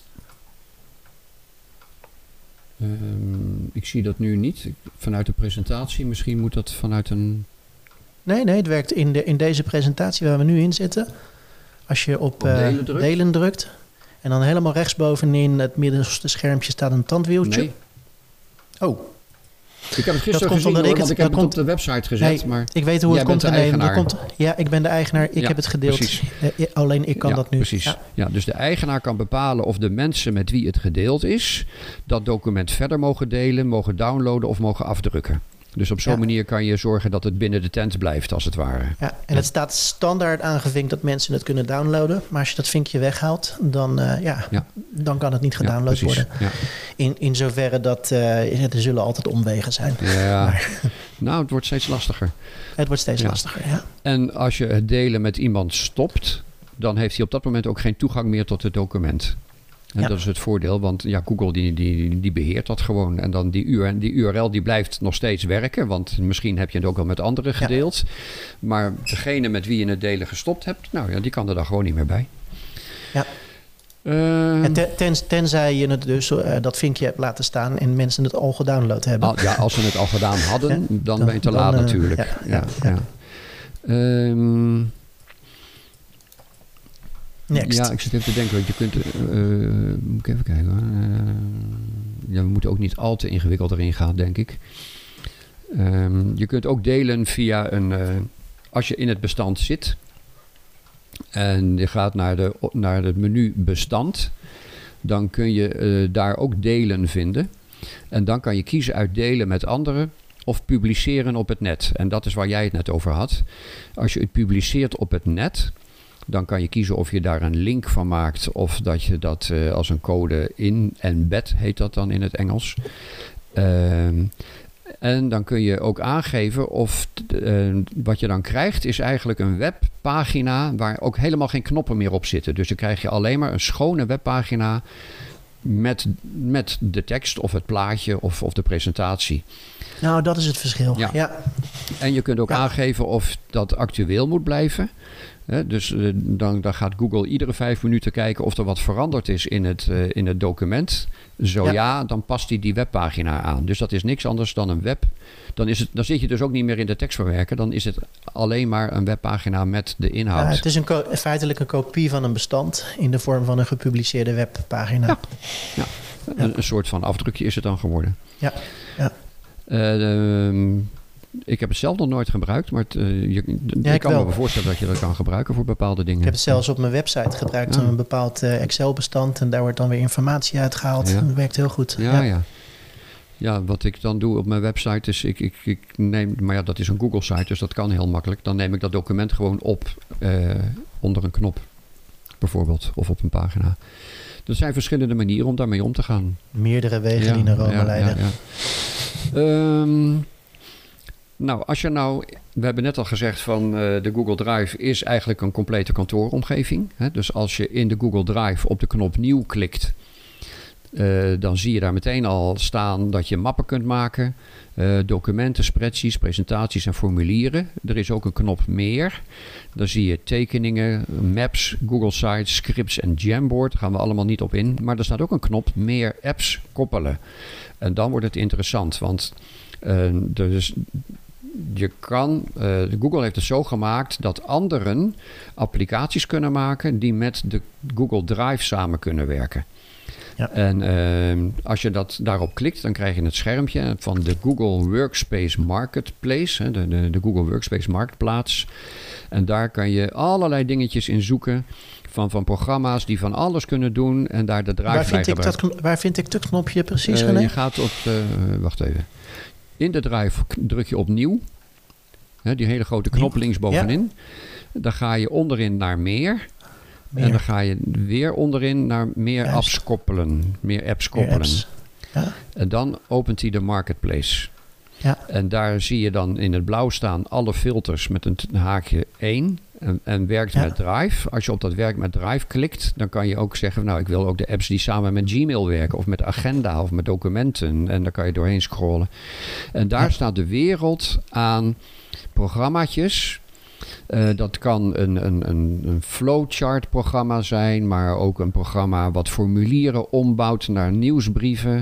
ik zie dat nu niet vanuit de presentatie. Misschien moet dat vanuit een... Nee, het werkt in deze presentatie waar we nu in zitten. Als je op delen drukt... En dan helemaal rechtsbovenin het middenste schermpje staat een tandwieltje. Nee. Oh. Ik heb het gisteren gezien want ik heb het op de website gezet. Nee, maar ik weet hoe het komt. Jij bent de eigenaar. Ja, ik ben de eigenaar. Ik heb het gedeeld. Alleen ik kan dat nu. Precies. Ja, dus de eigenaar kan bepalen of de mensen met wie het gedeeld is... dat document verder mogen delen, mogen downloaden of mogen afdrukken. Dus op zo'n manier kan je zorgen dat het binnen de tent blijft, als het ware. Ja, en het staat standaard aangevinkt dat mensen het kunnen downloaden. Maar als je dat vinkje weghaalt, dan kan het niet gedownload worden. Ja. In zoverre dat er zullen altijd omwegen zijn. Ja. Nou, het wordt steeds lastiger. Het wordt steeds lastiger, ja. En als je het delen met iemand stopt, dan heeft hij op dat moment ook geen toegang meer tot het document. En dat is het voordeel, want Google die beheert dat gewoon. En dan die URL die blijft nog steeds werken, want misschien heb je het ook al met anderen gedeeld. Ja. Maar degene met wie je het delen gestopt hebt, die kan er dan gewoon niet meer bij. Ja. Tenzij je het dus dat vinkje hebt laten staan en mensen het al gedownload hebben. Als ze het al gedaan hadden, dan ben je te laat natuurlijk. Next. Ja, ik zit even te denken, want je kunt... moet ik even kijken. We moeten ook niet al te ingewikkeld erin gaan, denk ik. Je kunt ook delen via als je in het bestand zit en je gaat naar het menu bestand, dan kun je daar ook delen vinden. En dan kan je kiezen uit delen met anderen of publiceren op het net. En dat is waar jij het net over had. Als je het publiceert op het net, dan kan je kiezen of je daar een link van maakt of dat je dat als een code embed, heet dat dan in het Engels. En dan kun je ook aangeven of wat je dan krijgt is eigenlijk een webpagina waar ook helemaal geen knoppen meer op zitten. Dus dan krijg je alleen maar een schone webpagina met de tekst of het plaatje of de presentatie. Nou, dat is het verschil. Ja. En je kunt ook aangeven of dat actueel moet blijven. Dus dan gaat Google iedere 5 minuten kijken of er wat veranderd is in het document. Dan past hij die webpagina aan. Dus dat is niks anders dan een web. Dan zit je dus ook niet meer in de tekstverwerker. Dan is het alleen maar een webpagina met de inhoud. Ja, het is feitelijk een kopie van een bestand in de vorm van een gepubliceerde webpagina. Ja. Een soort van afdrukje is het dan geworden. Ja. Ik heb het zelf nog nooit gebruikt, maar ik kan me wel voorstellen dat je dat kan gebruiken voor bepaalde dingen. Ik heb het zelfs op mijn website gebruikt, een bepaald Excel-bestand. En daar wordt dan weer informatie uitgehaald. Dat werkt heel goed. Ja, wat ik dan doe op mijn website is, ik neem, maar dat is een Google-site, dus dat kan heel makkelijk. Dan neem ik dat document gewoon op onder een knop, bijvoorbeeld, of op een pagina. Er zijn verschillende manieren om daarmee om te gaan. Meerdere wegen die naar Rome leiden. Als je we hebben net al gezegd van de Google Drive is eigenlijk een complete kantooromgeving. Hè? Dus als je in de Google Drive op de knop nieuw klikt, dan zie je daar meteen al staan dat je mappen kunt maken. Documenten, spreadsheets, presentaties en formulieren. Er is ook een knop meer. Daar zie je tekeningen, maps, Google Sites, scripts en Jamboard. Daar gaan we allemaal niet op in. Maar er staat ook een knop meer apps koppelen. En dan wordt het interessant, want Google heeft het zo gemaakt dat anderen applicaties kunnen maken die met de Google Drive samen kunnen werken. Ja. En als je daarop klikt, dan krijg je het schermpje van de Google Workspace Marketplace, de Google Workspace Marktplaats. En daar kan je allerlei dingetjes in zoeken van programma's die van alles kunnen doen en daar de Drive bij gebruiken. Waar vind ik dat knopje precies, René? Je gaat op, wacht even. In de Drive druk je op nieuw. Die hele grote knop links bovenin. Ja. Dan ga je onderin naar meer. En dan ga je weer onderin naar meer apps koppelen. Meer apps koppelen. Ja. En dan opent hij de Marketplace. Ja. En daar zie je dan in het blauw staan alle filters met een haakje 1. En werkt met Drive. Als je op dat werk met Drive klikt, dan kan je ook zeggen, ik wil ook de apps die samen met Gmail werken, of met Agenda, of met documenten. En daar kan je doorheen scrollen. En daar staat de wereld aan programmaatjes. Dat kan een flowchart programma zijn, maar ook een programma wat formulieren ombouwt naar nieuwsbrieven.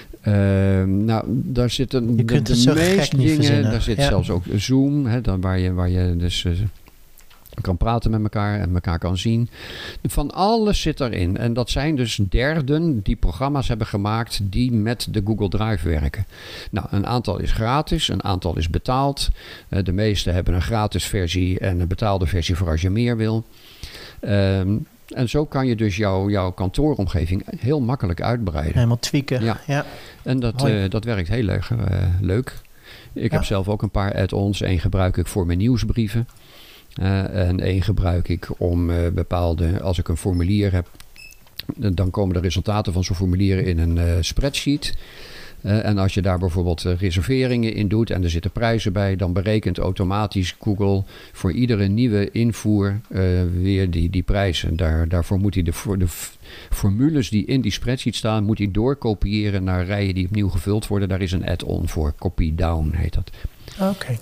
Daar zitten de meeste dingen. Daar zit zelfs ook Zoom, waar je dus kan praten met elkaar en elkaar kan zien. Van alles zit erin. En dat zijn dus derden die programma's hebben gemaakt die met de Google Drive werken. Een aantal is gratis, een aantal is betaald. De meeste hebben een gratis versie en een betaalde versie voor als je meer wil. En zo kan je dus jouw kantooromgeving heel makkelijk uitbreiden. Helemaal tweaken. Ja. En dat werkt heel leuk. Ik heb zelf ook een paar add-ons. Eén gebruik ik voor mijn nieuwsbrieven. En één gebruik ik om als ik een formulier heb, dan komen de resultaten van zo'n formulier in een spreadsheet. En als je daar bijvoorbeeld reserveringen in doet en er zitten prijzen bij, dan berekent automatisch Google voor iedere nieuwe invoer weer die prijzen. Daarvoor moet hij de formules die in die spreadsheet staan, moet hij doorkopiëren naar rijen die opnieuw gevuld worden. Daar is een add-on voor. Copy down heet dat. Oké.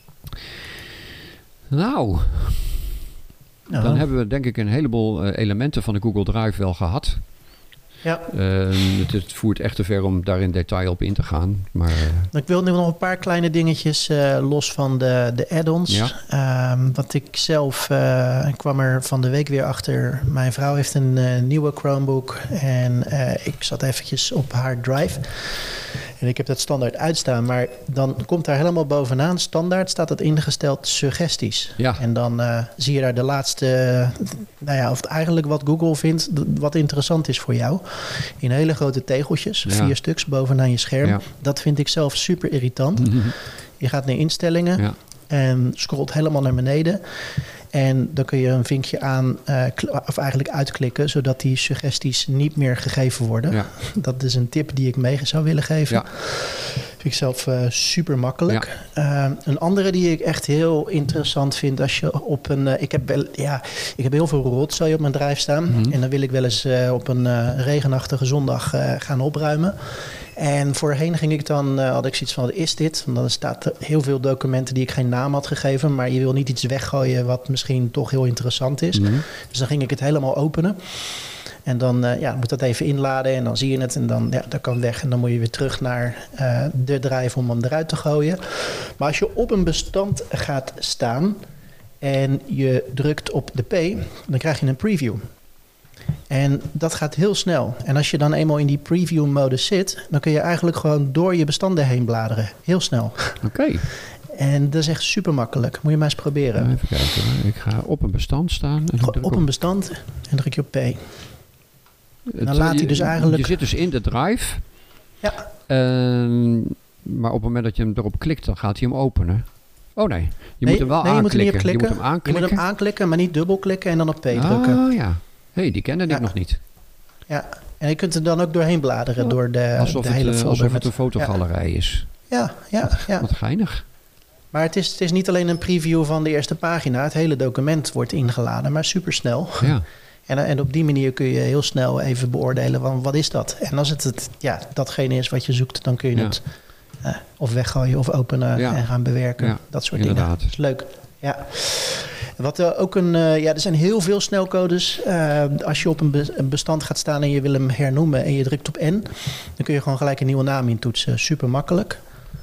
Nou, dan hebben we denk ik een heleboel elementen van de Google Drive wel gehad. Ja. Het voert echt te ver om daar in detail op in te gaan. Maar, Ik wil nu nog een paar kleine dingetjes los van de add-ons. Ja. Wat ik zelf kwam er van de week weer achter. Mijn vrouw heeft een nieuwe Chromebook. En ik zat eventjes op haar drive. En ik heb dat standaard uitstaan. Maar dan komt daar helemaal bovenaan, standaard, staat het ingesteld suggesties. Ja. En dan zie je daar de laatste, of eigenlijk wat Google vindt, wat interessant is voor jou. In hele grote tegeltjes, 4 stuks bovenaan je scherm. Ja. Dat vind ik zelf super irritant. Mm-hmm. Je gaat naar instellingen en scrolt helemaal naar beneden. En dan kun je een vinkje aan, of eigenlijk uitklikken, zodat die suggesties niet meer gegeven worden. Ja. Dat is een tip die ik mee zou willen geven. Ja. Vind ik zelf super makkelijk. Ja. Een andere die ik echt heel interessant vind, als je op een... Ik heb heel veel rotzooi op mijn drive staan. Mm-hmm. En dan wil ik wel eens op een regenachtige zondag gaan opruimen. En voorheen ging ik dan, had ik zoiets van, wat is dit? Want dan staat er heel veel documenten die ik geen naam had gegeven. Maar je wil niet iets weggooien wat misschien toch heel interessant is. Mm-hmm. Dus dan ging ik het helemaal openen. En dan moet dat even inladen en dan zie je het. En dan dat kan weg en dan moet je weer terug naar de drive om hem eruit te gooien. Maar als je op een bestand gaat staan en je drukt op de P, dan krijg je een preview. En dat gaat heel snel. En als je dan eenmaal in die preview-modus zit, dan kun je eigenlijk gewoon door je bestanden heen bladeren. Heel snel. Oké. En dat is echt super makkelijk. Moet je maar eens proberen. Even kijken. Ik ga op een bestand staan. En op een bestand en druk je op P. Dan laat hij dus eigenlijk... Je zit dus in de drive. Ja. Maar op het moment dat je hem erop klikt, dan gaat hij hem openen. Oh nee, je moet hem wel aanklikken. Je moet hem aanklikken, maar niet dubbelklikken en dan op P drukken. Oh ja. Die kende ik nog niet. Ja, en je kunt er dan ook doorheen bladeren door de hele folder. Alsof het een fotogalerij is. Ja. Wat geinig. Maar het is niet alleen een preview van de eerste pagina. Het hele document wordt ingeladen, maar supersnel. Ja. En op die manier kun je heel snel even beoordelen van wat is dat. En als het datgene is wat je zoekt, dan kun je het of weggooien of openen en gaan bewerken. Ja, dat soort dingen. Dat is leuk. Ja. Wat ook er zijn heel veel snelcodes. Als je op een bestand gaat staan en je wil hem hernoemen en je drukt op N, dan kun je gewoon gelijk een nieuwe naam intoetsen. Super makkelijk.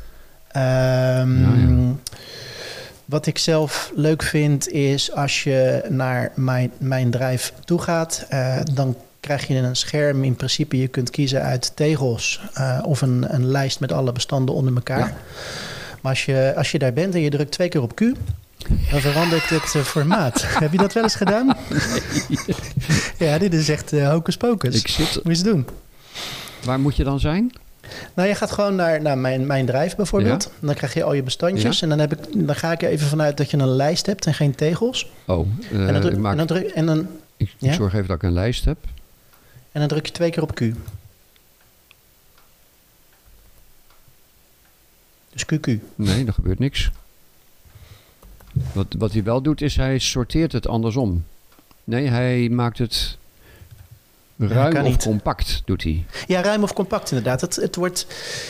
Wat ik zelf leuk vind is als je naar mijn drive toe gaat, dan krijg je een scherm. In principe, je kunt kiezen uit tegels of een lijst met alle bestanden onder elkaar. Ja. Maar als je daar bent en je drukt 2 keer op Q, dan verandert het formaat. Heb je dat wel eens gedaan? Nee. Ja, dit is echt hocus pocus. Moet je eens doen. Waar moet je dan zijn? Nou, je gaat gewoon naar mijn drive bijvoorbeeld. Ja. Dan krijg je al je bestandjes. Ja. En dan ga ik er even vanuit dat je een lijst hebt en geen tegels. Oh, ik zorg even dat ik een lijst heb. En dan druk je 2 keer op Q. Dus QQ. Nee, er gebeurt niks. Wat hij wel doet, is hij sorteert het andersom. Nee, hij maakt het ruim of compact, doet hij. Ja, ruim of compact inderdaad. Het wordt...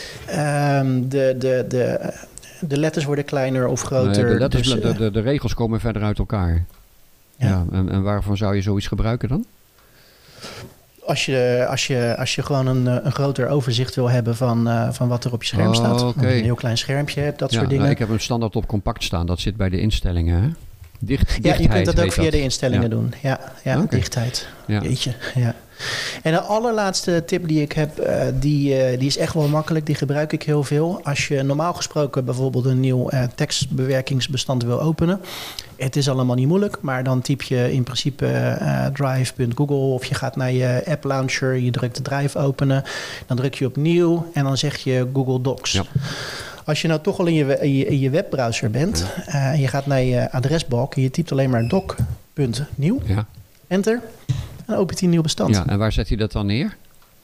de letters worden kleiner of groter. Nee, de regels komen verder uit elkaar. Ja. En waarvan zou je zoiets gebruiken dan? Als je gewoon een groter overzicht wil hebben van wat er op je scherm staat. Okay. Een heel klein schermpje hebt, dat soort dingen. Nou, ik heb hem standaard op compact staan. Dat zit bij de instellingen. Hè? Dichtheid je kunt dat ook via de instellingen doen. Ja, okay. Dichtheid. Ja. Jeetje, ja. En de allerlaatste tip die ik heb, die is echt wel makkelijk. Die gebruik ik heel veel. Als je normaal gesproken bijvoorbeeld een nieuw tekstbewerkingsbestand wil openen. Het is allemaal niet moeilijk, maar dan typ je in principe drive.google of je gaat naar je app launcher, je drukt de drive openen. Dan druk je op nieuw en dan zeg je Google Docs. Ja. Als je nou toch al in je webbrowser bent... en je gaat naar je adresbalk en je typt alleen maar doc.nieuw... Ja. Enter, en dan opent hij een nieuw bestand. Ja, en waar zet hij dat dan neer?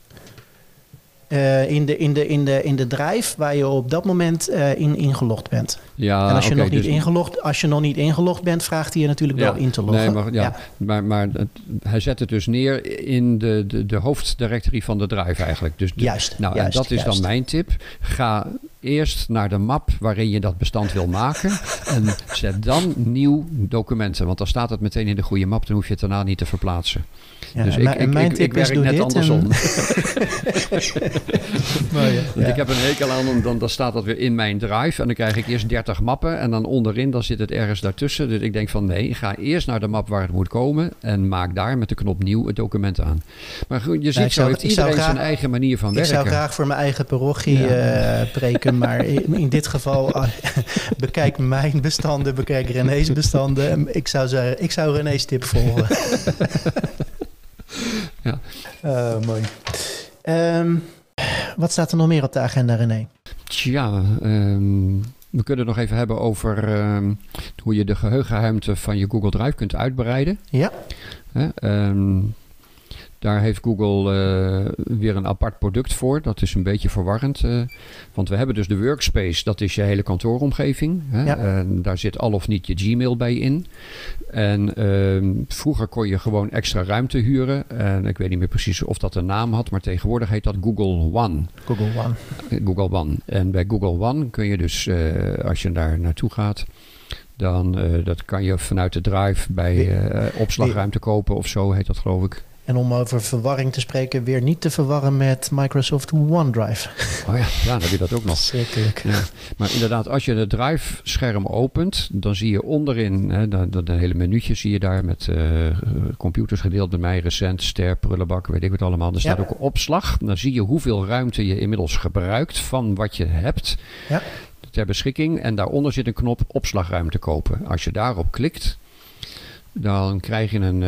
In de drive waar je op dat moment ingelogd bent. Ja, en als je nog niet ingelogd bent, vraagt hij je natuurlijk wel in te loggen. Nee, maar hij zet het dus neer in de hoofddirectory van de drive eigenlijk. Dus juist. En dat is dan mijn tip. Ga eerst naar de map waarin je dat bestand wil maken. En zet dan nieuw documenten. Want dan staat het meteen in de goede map. Dan hoef je het daarna niet te verplaatsen. Ja, dus ik werk net andersom. Ik heb een hekel aan, dan staat dat weer in mijn drive. En dan krijg ik eerst 30 mappen. En dan onderin, dan zit het ergens daartussen. Dus ik denk van nee, ga eerst naar de map waar het moet komen. En maak daar met de knop nieuw het document aan. Maar goed, je ziet zo heeft iedereen zijn eigen manier van werken. Ik zou graag voor mijn eigen parochie preken. Maar in dit geval bekijk mijn bestanden, bekijk René's bestanden. Ik zou René's tip volgen. Ja. Mooi. Wat staat er nog meer op de agenda, René? Tja, we kunnen het nog even hebben over hoe je de geheugenruimte van je Google Drive kunt uitbreiden. Ja. Daar heeft Google weer een apart product voor. Dat is een beetje verwarrend. Want we hebben dus de workspace. Dat is je hele kantooromgeving. Hè? Ja. Daar zit al of niet je Gmail bij in. En vroeger kon je gewoon extra ruimte huren. En ik weet niet meer precies of dat een naam had. Maar tegenwoordig heet dat Google One. Google One. En bij Google One kun je dus, als je daar naartoe gaat... dan dat kan je vanuit de Drive bij opslagruimte kopen of zo heet dat, geloof ik. En om over verwarring te spreken, weer niet te verwarren met Microsoft OneDrive. Oh ja, dan heb je dat ook nog. Zekerlijk. Ja. Maar inderdaad, als je het Drive-scherm opent, dan zie je onderin, dat hele menuutje zie je daar met computers gedeeld met mij, recent, ster, prullenbak, weet ik wat allemaal. Er staat ook opslag. Dan zie je hoeveel ruimte je inmiddels gebruikt van wat je hebt ter beschikking. En daaronder zit een knop opslagruimte kopen. Als je daarop klikt, dan krijg je een...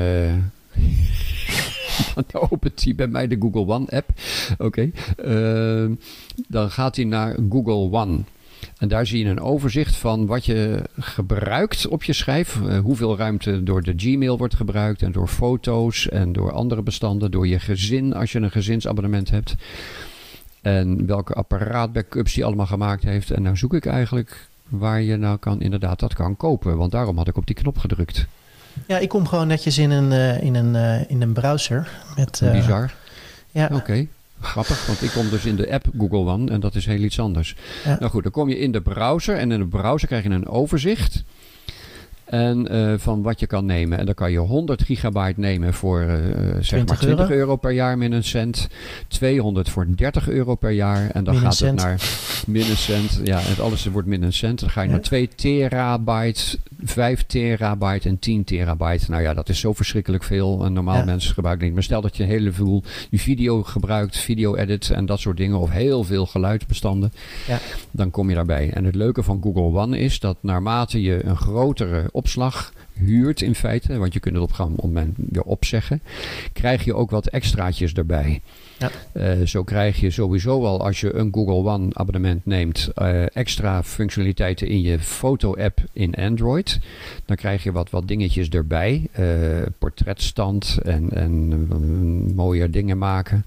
Dan opent hij bij mij de Google One app. Oké. Dan gaat hij naar Google One. En daar zie je een overzicht van wat je gebruikt op je schijf. Hoeveel ruimte door de Gmail wordt gebruikt. En door foto's en door andere bestanden. Door je gezin als je een gezinsabonnement hebt. En welke apparaatbackups die allemaal gemaakt heeft. En nou zoek ik eigenlijk waar je nou dat kan kopen. Want daarom had ik op die knop gedrukt. Ja, ik kom gewoon netjes in een browser. Bizar. Ja. Oké, grappig. Want ik kom dus in de app Google One en dat is heel iets anders. Ja. Nou goed, dan kom je in de browser en in de browser krijg je een overzicht. En van wat je kan nemen. En dan kan je 100 gigabyte nemen voor zeg maar 20 euro per jaar min een cent. 200 voor 30 euro per jaar. En dan gaat het naar min een cent. Ja, en alles wordt min een cent. Dan ga je naar 2 terabyte, 5 terabyte en 10 terabyte. Nou ja, dat is zo verschrikkelijk veel. En normaal mensen gebruiken niet. Maar stel dat je hele veel video gebruikt, video edit en dat soort dingen. Of heel veel geluidsbestanden. Ja. Dan kom je daarbij. En het leuke van Google One is dat naarmate je een grotere opslag huurt in feite, want je kunt het op een moment weer opzeggen, krijg je ook wat extraatjes erbij. Ja. Zo krijg je sowieso al, als je een Google One abonnement neemt, extra functionaliteiten in je foto-app in Android. Dan krijg je wat dingetjes erbij. Portretstand en mooie dingen maken.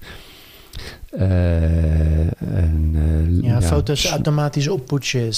Foto's automatisch oppoetsen.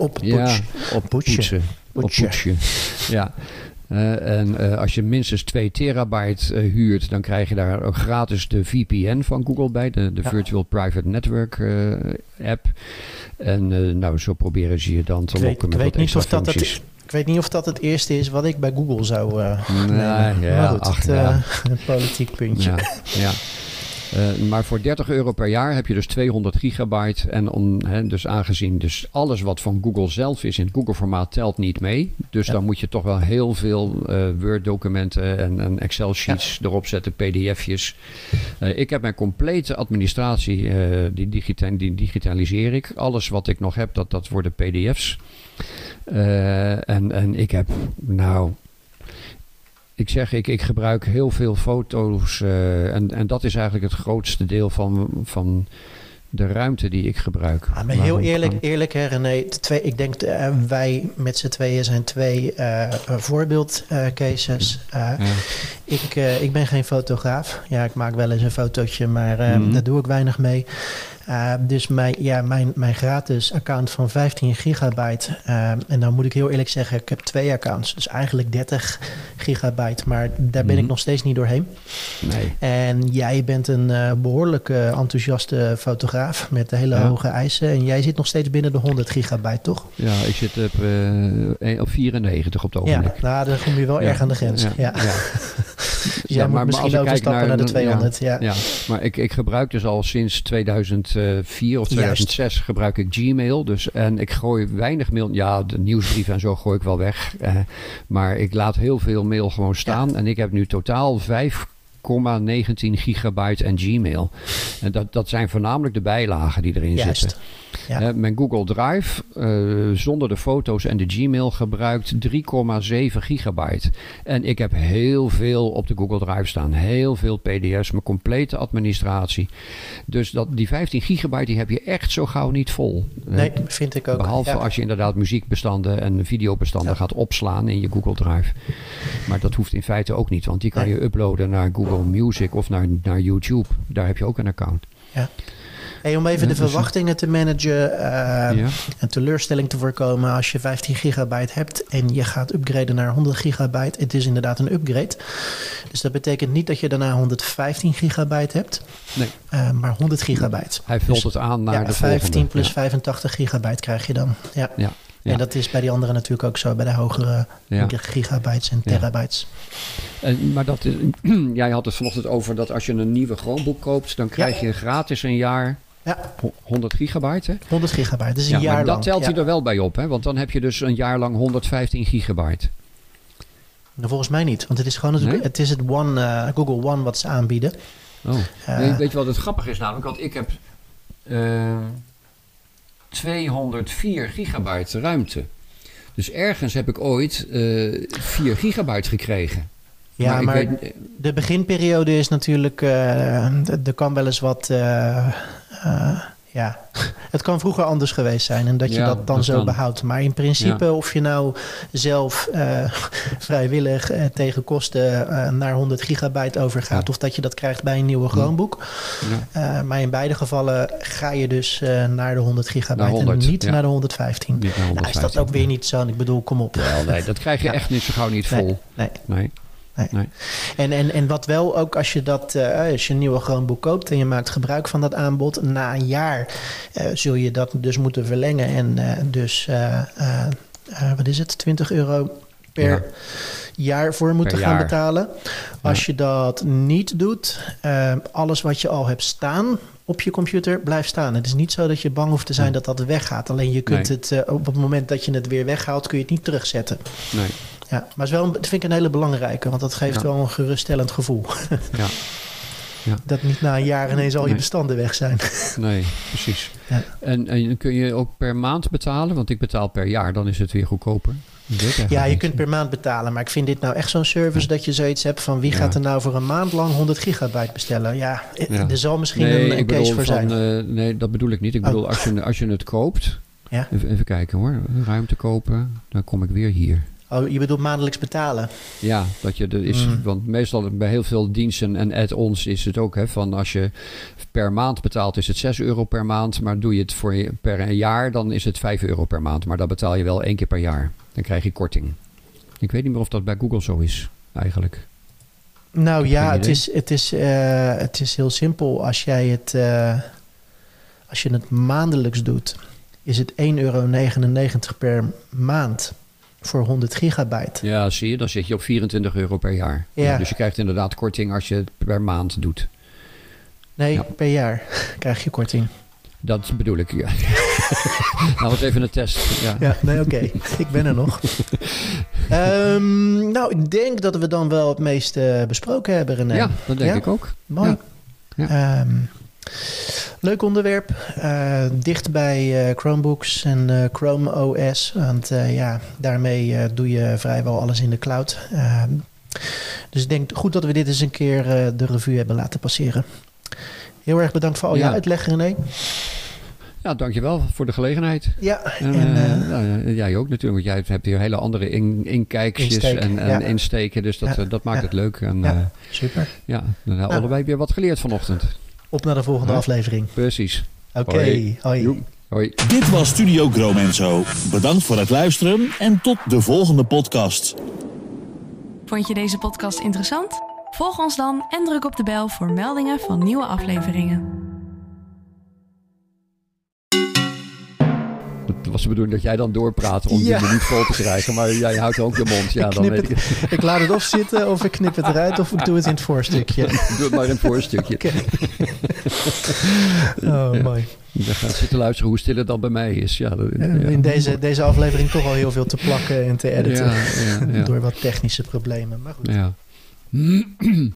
Ja. En als je minstens 2 terabyte huurt, dan krijg je daar ook gratis de VPN van Google bij, de Virtual Private Network app. En zo proberen ze je dan te lokken met wat extra functies. Ik weet niet of dat het eerste is wat ik bij Google zou nemen. Maar goed, een politiek puntje. Ja. Maar voor 30 euro per jaar heb je dus 200 gigabyte. En dus aangezien dus alles wat van Google zelf is in het Google-formaat telt niet mee. Dus dan moet je toch wel heel veel Word-documenten en Excel-sheets erop zetten, pdf'jes. Ik heb mijn complete administratie, die digitaliseer ik. Alles wat ik nog heb, dat worden pdf's. En ik heb, ik gebruik heel veel foto's en dat is eigenlijk het grootste deel van de ruimte die ik gebruik. Ja, maar heel eerlijk hè, René. Ik denk wij met z'n tweeën zijn 2 voorbeeldcases. Ik ben geen fotograaf. Ja, ik maak wel eens een fotootje, maar daar doe ik weinig mee. Dus mijn gratis account van 15 gigabyte. En dan moet ik heel eerlijk zeggen, ik heb 2 accounts. Dus eigenlijk 30 gigabyte. Maar daar ben ik nog steeds niet doorheen. Nee. En jij bent een behoorlijk enthousiaste fotograaf met hele hoge eisen. En jij zit nog steeds binnen de 100 gigabyte, toch? Ja, ik zit op 94 op het ogenblik. Ja, dan kom je wel erg aan de grens. Ja. Dus jij moet misschien overstappen naar de 200. Ja. Maar ik gebruik dus al sinds 2004 of 2006 gebruik ik Gmail. Dus, en ik gooi weinig mail. Ja, de nieuwsbrieven en zo gooi ik wel weg. Maar ik laat heel veel mail gewoon staan. Ja. En ik heb nu totaal 5,19 gigabyte en Gmail. En dat zijn voornamelijk de bijlagen die erin zitten. Ja. Mijn Google Drive, zonder de foto's en de Gmail, gebruikt 3,7 gigabyte. En ik heb heel veel op de Google Drive staan. Heel veel PDF's, mijn complete administratie. Dus die 15 gigabyte die heb je echt zo gauw niet vol. Nee, vind ik ook. Behalve als je inderdaad muziekbestanden en videobestanden gaat opslaan in je Google Drive. Maar dat hoeft in feite ook niet, want die kan je uploaden naar Google Music of naar YouTube. Daar heb je ook een account. Ja. Hey, om even de verwachtingen te managen en teleurstelling te voorkomen. Als je 15 gigabyte hebt en je gaat upgraden naar 100 gigabyte. Het is inderdaad een upgrade. Dus dat betekent niet dat je daarna 115 gigabyte hebt. Nee. Maar 100 gigabyte. Hij vult het aan naar de 15 volgende. plus 85 gigabyte krijg je dan. Ja. En dat is bij die anderen natuurlijk ook zo. Bij de hogere gigabytes en terabytes. Maar jij had het vanochtend over dat als je een nieuwe Chromebook koopt, dan krijg je gratis een jaar 100 gigabyte. Hè? 100 gigabyte, dus een jaar lang. Maar dat telt hij er wel bij op, hè? Want dan heb je dus een jaar lang 115 gigabyte. Nou, volgens mij niet, want het is gewoon het is het Google One wat ze aanbieden. Oh. Weet je wat het grappig is namelijk? Want ik heb 204 gigabyte ruimte. Dus ergens heb ik ooit 4 gigabyte gekregen. Ja, maar de beginperiode is natuurlijk... er kan wel eens wat... het kan vroeger anders geweest zijn en dat je dat dan zo behoudt. Maar in principe of je nou zelf vrijwillig tegen kosten naar 100 gigabyte overgaat... of dat je dat krijgt bij een nieuwe Chromebook. Maar in beide gevallen ga je dus naar de 100 gigabyte 100, en niet naar de 115. Niet naar 115. Is dat ook weer niet zo? Ik bedoel, kom op. Wel, nee, dat krijg je echt niet zo gauw niet vol. Nee. En wat wel ook als je een nieuwe Chromebook koopt en je maakt gebruik van dat aanbod, na een jaar zul je dat dus moeten verlengen en wat is het, €20 per jaar voor moeten gaan betalen. Als je dat niet doet, alles wat je al hebt staan op je computer blijft staan. Het is niet zo dat je bang hoeft te zijn dat dat weggaat. Alleen je kunt het op het moment dat je het weer weghaalt, kun je het niet terugzetten. Nee. Ja, maar dat vind ik een hele belangrijke, want dat geeft wel een geruststellend gevoel. Ja. Dat niet na een jaar ineens al je bestanden weg zijn. Nee, precies. Ja. En kun je ook per maand betalen? Want ik betaal per jaar, dan is het weer goedkoper. Ja, je kunt per maand betalen. Maar ik vind dit nou echt zo'n service dat je zoiets hebt van... wie gaat er nou voor een maand lang 100 gigabyte bestellen? Ja, er zal misschien een case voor zijn. Nee, dat bedoel ik niet. Ik bedoel, als je het koopt... Ja. Even kijken hoor. Ruimte kopen, dan kom ik weer hier. Oh, je bedoelt maandelijks betalen? Ja, dat je er is. Want meestal bij heel veel diensten en add-ons is het ook... van als je per maand betaalt is het €6 per maand... maar doe je het per jaar, dan is het €5 per maand. Maar dat betaal je wel 1 keer per jaar. Dan krijg je korting. Ik weet niet meer of dat bij Google zo is, eigenlijk. Nou ja, het is heel simpel. Als je het maandelijks doet, is het €1,99 per maand voor 100 gigabyte. Ja, zie je, dan zit je op €24 per jaar. Ja. Dus je krijgt inderdaad korting als je het per maand doet. Nee, per jaar krijg je korting. Dat bedoel ik, ja. Nou, was even een test. Ja, nee, oké. Ik ben er nog. Nou, ik denk dat we dan wel het meeste besproken hebben, René. Ja, dat denk ik ook. Mooi. Ja. Leuk onderwerp. Dicht bij Chromebooks en Chrome OS. Want daarmee doe je vrijwel alles in de cloud. Dus ik denk goed dat we dit eens een keer de revue hebben laten passeren. Heel erg bedankt voor al je uitleg, René. Ja, dankjewel voor de gelegenheid. Ja, jij ook natuurlijk, want jij hebt hier hele andere inkijkjes en insteken. Dus dat maakt het leuk. En, super. Ja, dan hebben we allebei weer wat geleerd vanochtend. Op naar de volgende aflevering. Precies. Oké, hoi. Hoi. Dit was Studio Chrome & Zo. Bedankt voor het luisteren en tot de volgende podcast. Vond je deze podcast interessant? Volg ons dan en druk op de bel voor meldingen van nieuwe afleveringen. Het was de bedoeling dat jij dan doorpraat om die minuut vol te krijgen. Maar jij houdt ook je mond. Ja, dan weet ik. Ik laat het of zitten of ik knip het eruit of ik doe het in het voorstukje. Doe het maar in het voorstukje. Mooi. Dan gaat zitten luisteren hoe stil het dan bij mij is. Ja, in deze aflevering toch al heel veel te plakken en te editen. Door wat technische problemen. Maar goed. Ja.